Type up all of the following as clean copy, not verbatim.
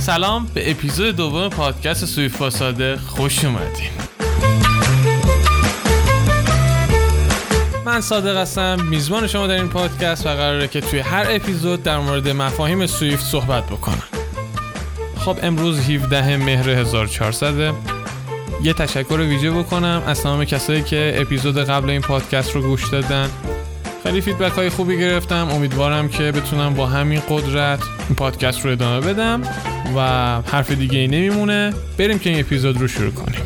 سلام، به اپیزود دوم پادکست سویفت با صادق خوش اومدین. من صادق هستم، میزبان شما در این پادکست و قراره که توی هر اپیزود در مورد مفاهیم سویفت صحبت بکنم. خب امروز 17 مهر 1400 یه تشکر ویژه بکنم از تمام کسایی که اپیزود قبل این پادکست رو گوش دادن. خیلی فیدبک های خوبی گرفتم. امیدوارم که بتونم با همین قدرت این پادکست رو ادامه بدم و حرف دیگه ای نمیمونه، بریم که این اپیزود رو شروع کنیم.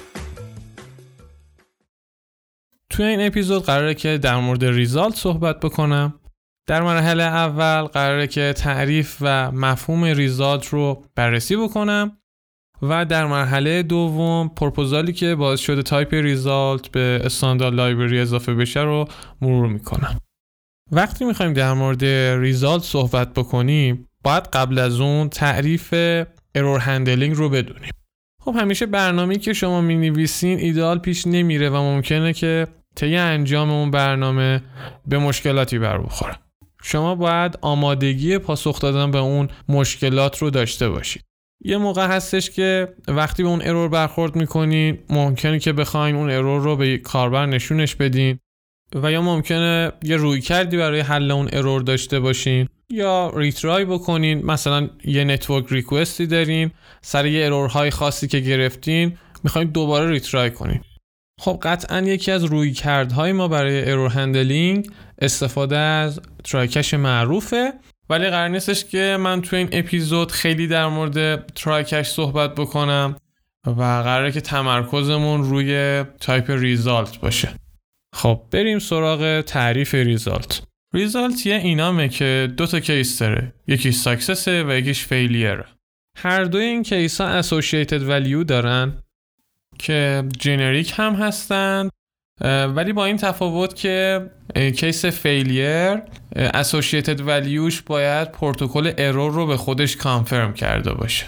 توی این اپیزود قراره که در مورد ریزالت صحبت بکنم. در مرحله اول قراره که تعریف و مفهوم ریزالت رو بررسی بکنم و در مرحله دوم پروپوزالی که باعث شده تایپ ریزالت به استاندارد لایبرری اضافه بشه رو مرور میکنم. وقتی میخوایم در مورد ریزالت صحبت بکنیم باید قبل از اون تعریف ارور هندلینگ رو بدونیم. خب همیشه برنامه‌ای که شما می‌نویسین ایدئال پیش نمیره و ممکنه که طی انجام اون برنامه به مشکلاتی بر بخوره. شما باید آمادگی پاسخ دادن به اون مشکلات رو داشته باشید. یه موقع هستش که وقتی به اون ارور برخورد میکنین ممکنه که بخواین اون ارور رو به کاربر نشونش بدین و یا ممکنه یه رویکردی برای حل اون ارور داشته باشین یا ریترای بکنین. مثلا یه نتورک ریکوستی دارین، سر یه ارورهای خاصی که گرفتین میخواین دوباره ریترای کنین. خب قطعاً یکی از رویکردهای ما برای ارور هندلینگ استفاده از ترایکش معروفه، ولی قرار نیستش که من تو این اپیزود خیلی در مورد ترایکش صحبت بکنم و قراره که تمرکزمون روی تایپ ریزالت باشه. خب بریم سراغ تعریف ریزالت. ریزالت یه اینامه که دو تا کیس داره، یکیش ساکسسه و یکیش فیلیره. هر دوی این کیس ها اسوسییتد ولیو دارن که جنریک هم هستن، ولی با این تفاوت که کیس فیلیر اسوسییتد ولیوش باید پروتکل ارور رو به خودش کانفرم کرده باشه.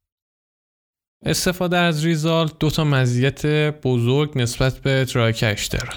استفاده از ریزالت دو تا مزیت بزرگ نسبت به ترایکش داره.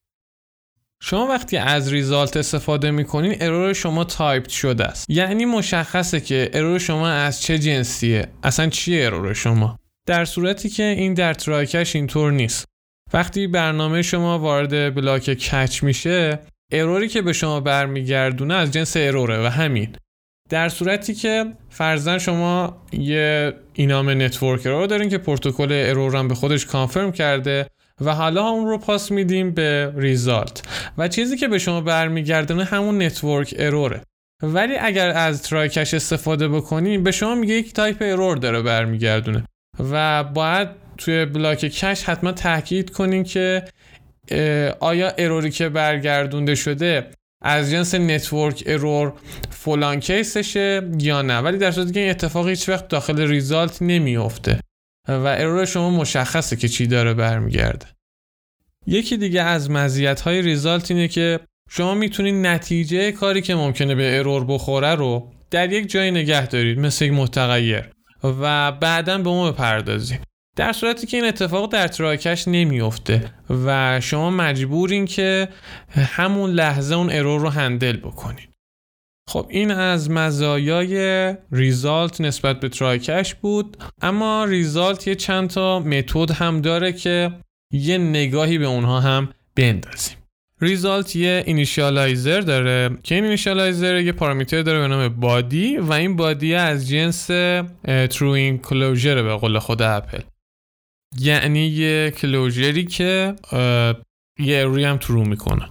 شما وقتی از ریزالت استفاده میکنین ارور شما تایپ شده است، یعنی مشخصه که ارور شما از چه جنسیه، اصلا چیه ارور شما، در صورتی که این در ترایکش اینطور نیست. وقتی برنامه شما وارد بلاک کچ میشه اروری که به شما برمیگردونه از جنس اروره و همین. در صورتی که فرضاً شما یه اینام نتورک ارور دارین که پروتکل ارور هم به خودش کانفرم کرده و حالا اون رو پاس میدیم به ریزالت و چیزی که به شما برمیگردونه همون نتورک اروره. ولی اگر از ترایکش استفاده بکنیم به شما میگه یک تایپ ارور داره برمیگردونه و باید توی بلاک کش حتما تاکید کنین که آیا اروری که برگردونده شده از جنس نتورک ارور فلان کیسشه یا نه. ولی در صورتی که این اتفاق هیچ وقت داخل ریزالت نمیافته و ارور شما مشخصه که چی داره برمیگرده. یکی دیگه از مزیت‌های ریزالت اینه که شما میتونید نتیجه کاری که ممکنه به ارور بخوره رو در یک جای نگه دارید مثل یک متغیر و بعداً به اون بپردازید، در صورتی که این اتفاق در ترایکش نمیفته و شما مجبورین که همون لحظه اون ارور رو هندل بکنید. خب این از مزایای ریزالت نسبت به ترایکش بود. اما ریزالت یه چند تا متد هم داره که یه نگاهی به اونها هم بندازیم. ریزالت یه اینیشیالایزر داره که این اینیشیالایزر یه پارامتر داره به نام بادی و این بادی از جنس ترو اینکلوژر به قول خود اپل، یعنی یه کلوژری که یه اروری هم ترو میکنه.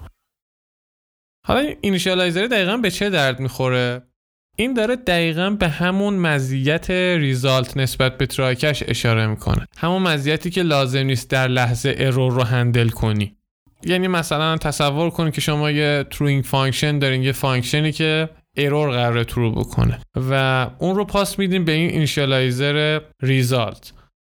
حالا اینیشیالایزر دقیقاً به چه درد میخوره؟ این داره دقیقاً به همون مزیت ریزالت نسبت به ترایکش اشاره میکنه، همون مزیتی که لازم نیست در لحظه ارور رو هندل کنی. یعنی مثلا تصور کنید که شما یه تروینگ فانکشن دارین، یه فانکشنی که ارور قراره ترو بکنه و اون رو پاس میدین به این اینیشیالایزر ریزالت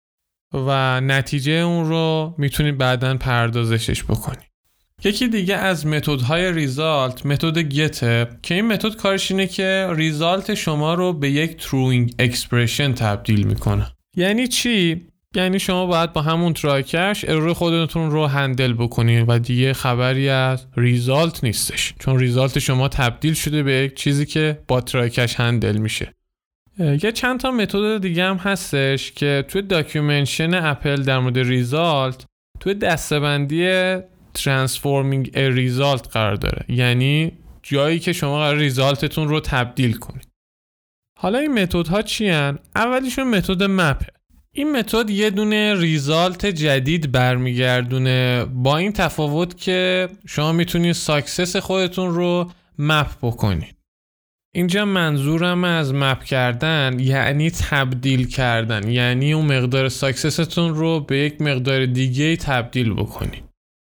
و نتیجه اون رو میتونید بعداً پردازشش بکنید. یکی دیگه از متدهای ریزالت متد گته که این متد کارش اینه که ریزالت شما رو به یک تروینگ اکسپرشن تبدیل میکنه. یعنی چی؟ یعنی شما باید با همون ترایکش ارور خودتون رو هندل بکنید و دیگه خبری از ریزالت نیستش، چون ریزالت شما تبدیل شده به یک چیزی که با ترایکش هندل میشه. یه چند تا متد دیگه هم هستش که توی داکیومنشن اپل در مورد ریزالت توی دسته‌بندی ترانسفورمینگ ا ریزالت قرار داره، یعنی جایی که شما قرار ریزالتتون رو تبدیل کنید. حالا این متدها چی هن؟ اولیشون متد مپه. این متد یه دونه ریزالت جدید برمیگردونه، با این تفاوت که شما میتونید ساکسس خودتون رو مپ بکنید. اینجا منظورم از مپ کردن یعنی تبدیل کردن، یعنی اون مقدار ساکسستون رو به یک مقدار دیگه تبدیل بکنید.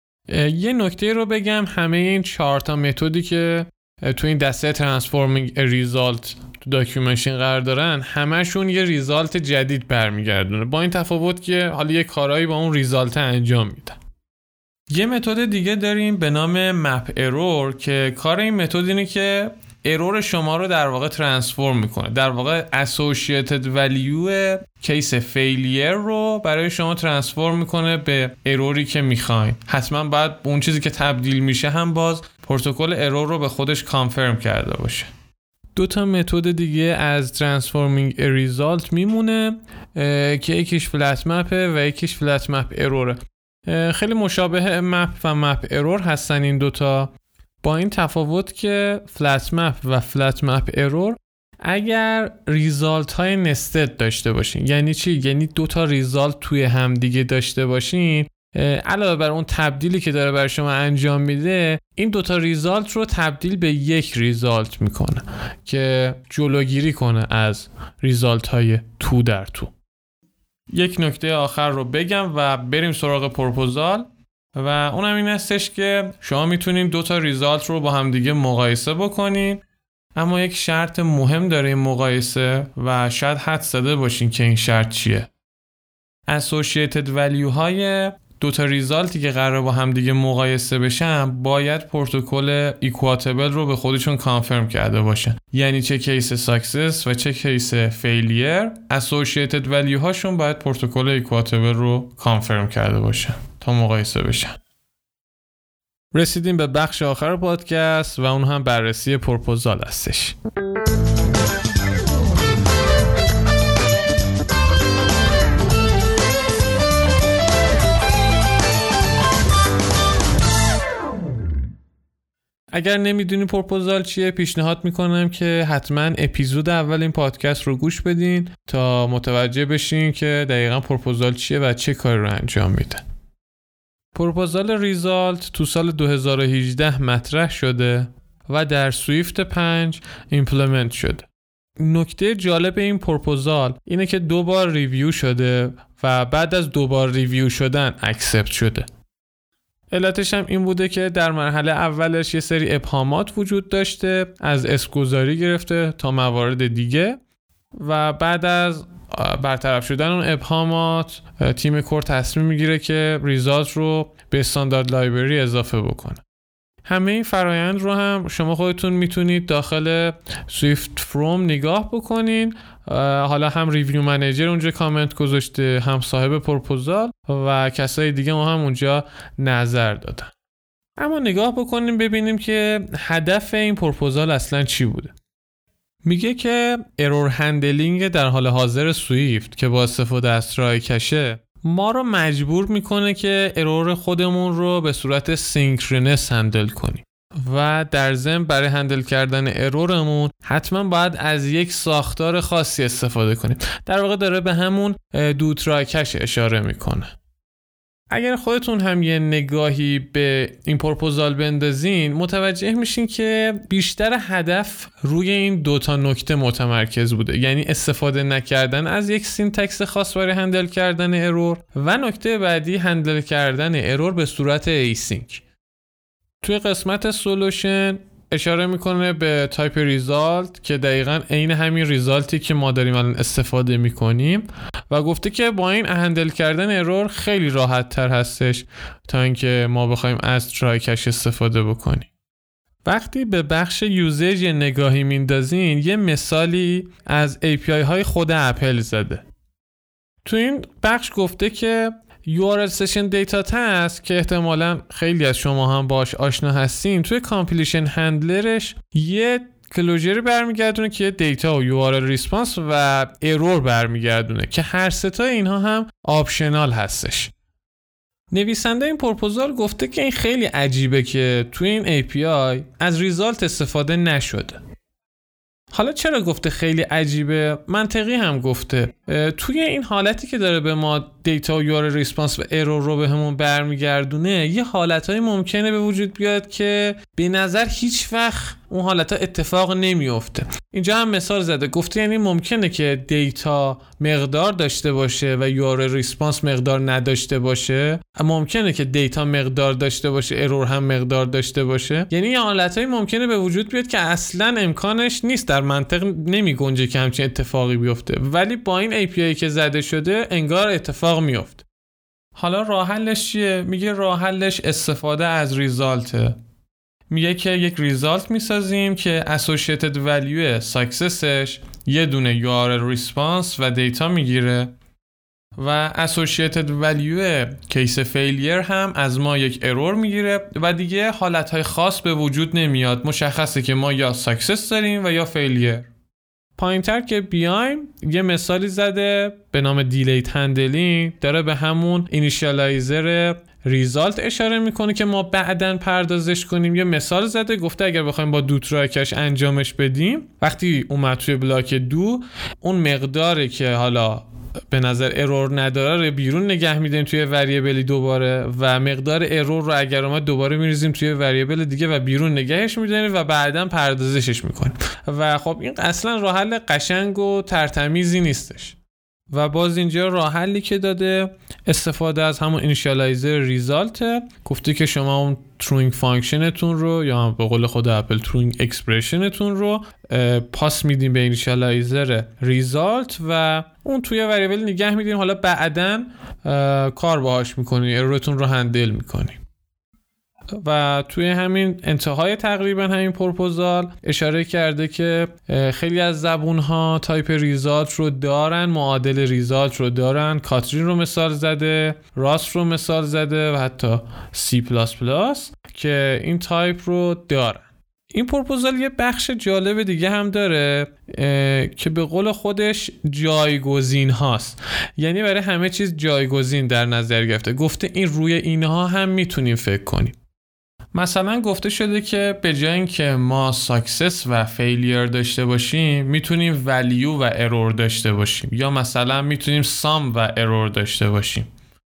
یه نکته رو بگم، همه این 4 تا متدی که تو این دسته ترانسفورمینگ ریزالت تو داکیومنشن قرار دارن، همشون یه ریزالت جدید برمیگردونه، با این تفاوت که حالا یه کارایی با اون ریزالت انجام میدن. یه متد دیگه داریم به نام مپ ارور که کار این متد اینه که ارور شما رو در واقع ترانسفورم میکنه، در واقع اسوسییتد ولیو کیس فیلیر رو برای شما ترانسفورم میکنه به اروری که میخواین. حتما باید اون چیزی که تبدیل میشه هم باز پروتکل ارور رو به خودش کانفرم کرده باشه. 2 تا متد دیگه از ترانسفورمینگ ریزالت میمونه که یکیش فلت مپه و یکیش فلت مپ اروره. خیلی مشابه مپ و مپ ارور هستن این 2 تا، با این تفاوت که فلت مپ و فلت مپ ارور اگر ریزالت های نستد داشته باشین. یعنی چی؟ یعنی 2 تا ریزالت توی هم دیگه داشته باشین، علاوه بر اون تبدیلی که داره برای شما انجام میده، این 2 تا ریزالت رو تبدیل به یک ریزالت میکنه که جلوگیری کنه از ریزالت های تو در تو. یک نکته آخر رو بگم و بریم سراغ پروپوزال و اونم این هستش که شما میتونین 2 تا ریزالت رو با هم دیگه مقایسه بکنین، اما یک شرط مهم داره این مقایسه و شاید حد زده باشین که این شرط چیه. اسوسییتد ولیو های 2 تا ریزالتی که قراره با هم دیگه مقایسه بشن باید پروتکل ایکواتبل رو به خودشون کانفرم کرده باشن، یعنی چه کیس ساکسس و چه کیس فیلیر اسوسییتد ولیو هاشون باید پروتکل ایکواتبل رو کانفرم کرده باشن تا مقایسه بشن. رسیدیم به بخش آخر پادکست و اون هم بررسی پروپوزال هستش. اگر نمیدونی پروپوزال چیه، پیشنهاد میکنم که حتما اپیزود اول این پادکست رو گوش بدین تا متوجه بشین که دقیقاً پروپوزال چیه و چه کاری رو انجام میده. پروپوزال ریزالت تو سال 2018 مطرح شده و در سویفت 5 ایمپلمنت شده. نکته جالب این پروپوزال اینه که 2 بار ریویو شده و بعد از 2 بار ریویو شدن اکسپت شده. علتش هم این بوده که در مرحله اولش یه سری ابهامات وجود داشته، از اسمگذاری گرفته تا موارد دیگه، و بعد از برطرف شدن اون ابهامات تیم کور تصمیم میگیره که ریزالت رو به استاندارد لایبرری اضافه بکنه. همه این فرایند رو هم شما خودتون میتونید داخل سویفت فروم نگاه بکنین. حالا هم ریویو منیجر اونجا کامنت گذاشته، هم صاحب پروپوزال و کسای دیگه ما هم اونجا نظر دادن. اما نگاه بکنیم ببینیم که هدف این پروپوزال اصلا چی بوده. میگه که ارور هندلینگ در حال حاضر سویفت که با استفاده از ترای کشه ما رو مجبور میکنه که ارور خودمون رو به صورت سینکرونس هندل کنیم و در ضمن برای هندل کردن ارورمون حتما باید از یک ساختار خاصی استفاده کنیم. در واقع داره به همون دو ترای کش اشاره میکنه. اگر خودتون هم یه نگاهی به این پروپوزال بندازین متوجه میشین که بیشتر هدف روی این 2 تا نکته متمرکز بوده، یعنی استفاده نکردن از یک سینتکس خاص برای هندل کردن ارور و نکته بعدی هندل کردن ارور به صورت ایسینک. توی قسمت سولوشن اشاره میکنه به تایپ ریزالت که دقیقاً عین همین ریزالتی که ما داریم الان استفاده میکنیم و گفته که با این هندل کردن ارور خیلی راحت تر هستش تا اینکه ما بخوایم از ترای کش استفاده بکنیم. وقتی به بخش یوزیج نگاهی میندازین یه مثالی از API های خود اپل زده. تو این بخش گفته که URL Session Data Task که احتمالاً خیلی از شما هم باش آشنا هستین، توی کامپلیشن هندلرش یه کلوزر برمیگردونه که دیتا و URL ریسپانس و ارور برمیگردونه که هر سه تا اینها هم آپشنال هستش. نویسنده این پروپوزال گفته که این خیلی عجیبه که توی این API از ریزالت استفاده نشده. حالا چرا گفته خیلی عجیبه؟ منطقی هم گفته. توی این حالتی که داره به ما دیتا و URL ریسپانس و ارور رو به همون برمیگردونه، یه حالتهای ممکنه به وجود بیاد که به نظر هیچ وقت اون حالتها اتفاق نمیفته. اینجا هم مثال زده، گفته یعنی ممکنه که دیتا مقدار داشته باشه و URL ریسپانس مقدار نداشته باشه، ممکنه که دیتا مقدار داشته باشه ارور هم مقدار داشته باشه. یعنی یه حالتهای ممکنه به وجود بیاد که اصلا امکانش نیست، در منطق نمیگنجه که همچین اتفاقی بیفته، ولی با این API که زده شده انگار اتفاق میفته. حالا راه حلش چیه؟ میگه راه حلش استفاده از ریزالته. میگه که یک ریزالت میسازیم که associated value ساکسسش یه دونه URL response و دیتا میگیره و associated value کیس فیلیر هم از ما یک ارور میگیره و دیگه حالتهای خاص به وجود نمیاد. مشخصه که ما یا ساکسس داریم و یا فیلیر. پایینتر که بیایم یه مثالی زده به نام دیلیت هندلینگ، داره به همون اینیشیالایزر ریزالت اشاره میکنه که ما بعداً پردازش کنیم. یه مثال زده، گفته اگر بخوایم با دو تراکش انجامش بدیم، وقتی اومد توی بلاک دو، اون مقداری که حالا به نظر ارور نداره رو بیرون نگه میدیم توی وریبلی دوباره و مقدار ارور رو اگر اومد دوباره میریزیم توی وریبل دیگه و بیرون نگهش میداریم و بعداً پردازشش میکنیم. و خب این اصلا راه حل قشنگ و ترتمیزی نیستش. و باز اینجا راه حلی که داده استفاده از همون اینیشیالایزر ریزالت. گفته که شما اون تروینگ فانکشنتون رو یا به قول خود اپل تروینگ اکسپرشنتون رو پاس میدین به اینیشیالایزر ریزالت و اون توی وریبل نگه میدین، حالا بعداً کار باهاش میکنین، ارورتون رو هندل میکنین. و توی همین انتهای تقریبا همین پروپوزال اشاره کرده که خیلی از زبون‌ها تایپ ریزالت رو دارن، معادل ریزالت رو دارن. کاترین رو مثال زده، راست رو مثال زده و حتی C++ که این تایپ رو دارن. این پروپوزال یه بخش جالب دیگه هم داره که به قول خودش جایگزین هاست، یعنی برای همه چیز جایگزین در نظر گرفته. گفته این روی اینها هم میتونیم فکر کنیم. مثلا گفته شده که به جای اینکه ما ساکسس و فیلیر داشته باشیم میتونیم ولیو و ارور داشته باشیم، یا مثلا میتونیم سام و ارور داشته باشیم.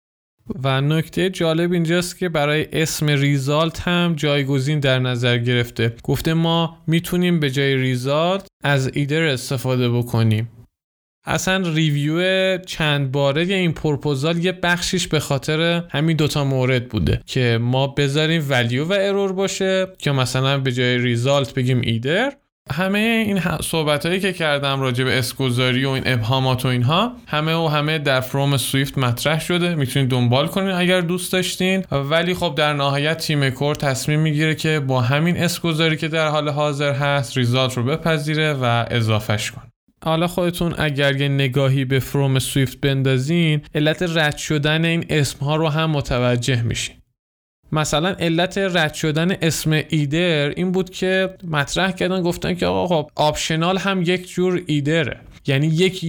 و نکته جالب اینجاست که برای اسم ریزالت هم جایگزین در نظر گرفته. گفته ما میتونیم به جای ریزالت از ایدر استفاده بکنیم. اصلا ریویو چند باره این پروپوزال یه بخشیش به خاطر همین دوتا مورد بوده که ما بذاریم ولیو و ارور باشه، که مثلا به جای ریزالت بگیم ایدر. همه این صحبتایی که کردم راجع به اسکوزاری و این ابهامات و اینها همه در فروم سویفت مطرح شده، میتونید دنبال کنین اگر دوست داشتین. ولی خب در نهایت تیم کور تصمیم میگیره که با همین اسکوزاری که در حال حاضر هست ریزالت رو بپذیره و اضافهش کنه. حالا خودتون اگر یه نگاهی به فروم سویفت بندازین، علت رد شدن این اسمها رو هم متوجه میشین. مثلا علت رد شدن اسم ایدر این بود که مطرح کردن، گفتن که آقا خب آپشنال هم یک جور ایدره، یعنی یک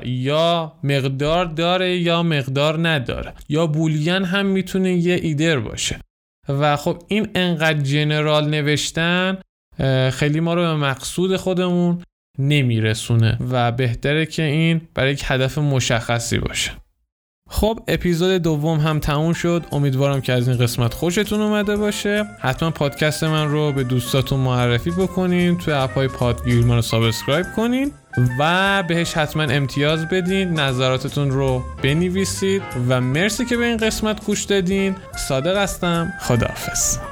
یا مقدار داره یا مقدار نداره، یا بولیان هم میتونه یه ایدر باشه. و خب این انقدر جنرال نوشتن خیلی ما رو به مقصود خودمون نمیرسونه و بهتره که این برای یک هدف مشخصی باشه. خب اپیزود دوم هم تموم شد. امیدوارم که از این قسمت خوشتون اومده باشه. حتما پادکست من رو به دوستاتون معرفی بکنین، توی اپهای پادگیر من رو سابسکرایب کنین و بهش حتما امتیاز بدین، نظراتتون رو بنویسید و مرسی که به این قسمت گوش دادین. صادق هستم، خداحافظ.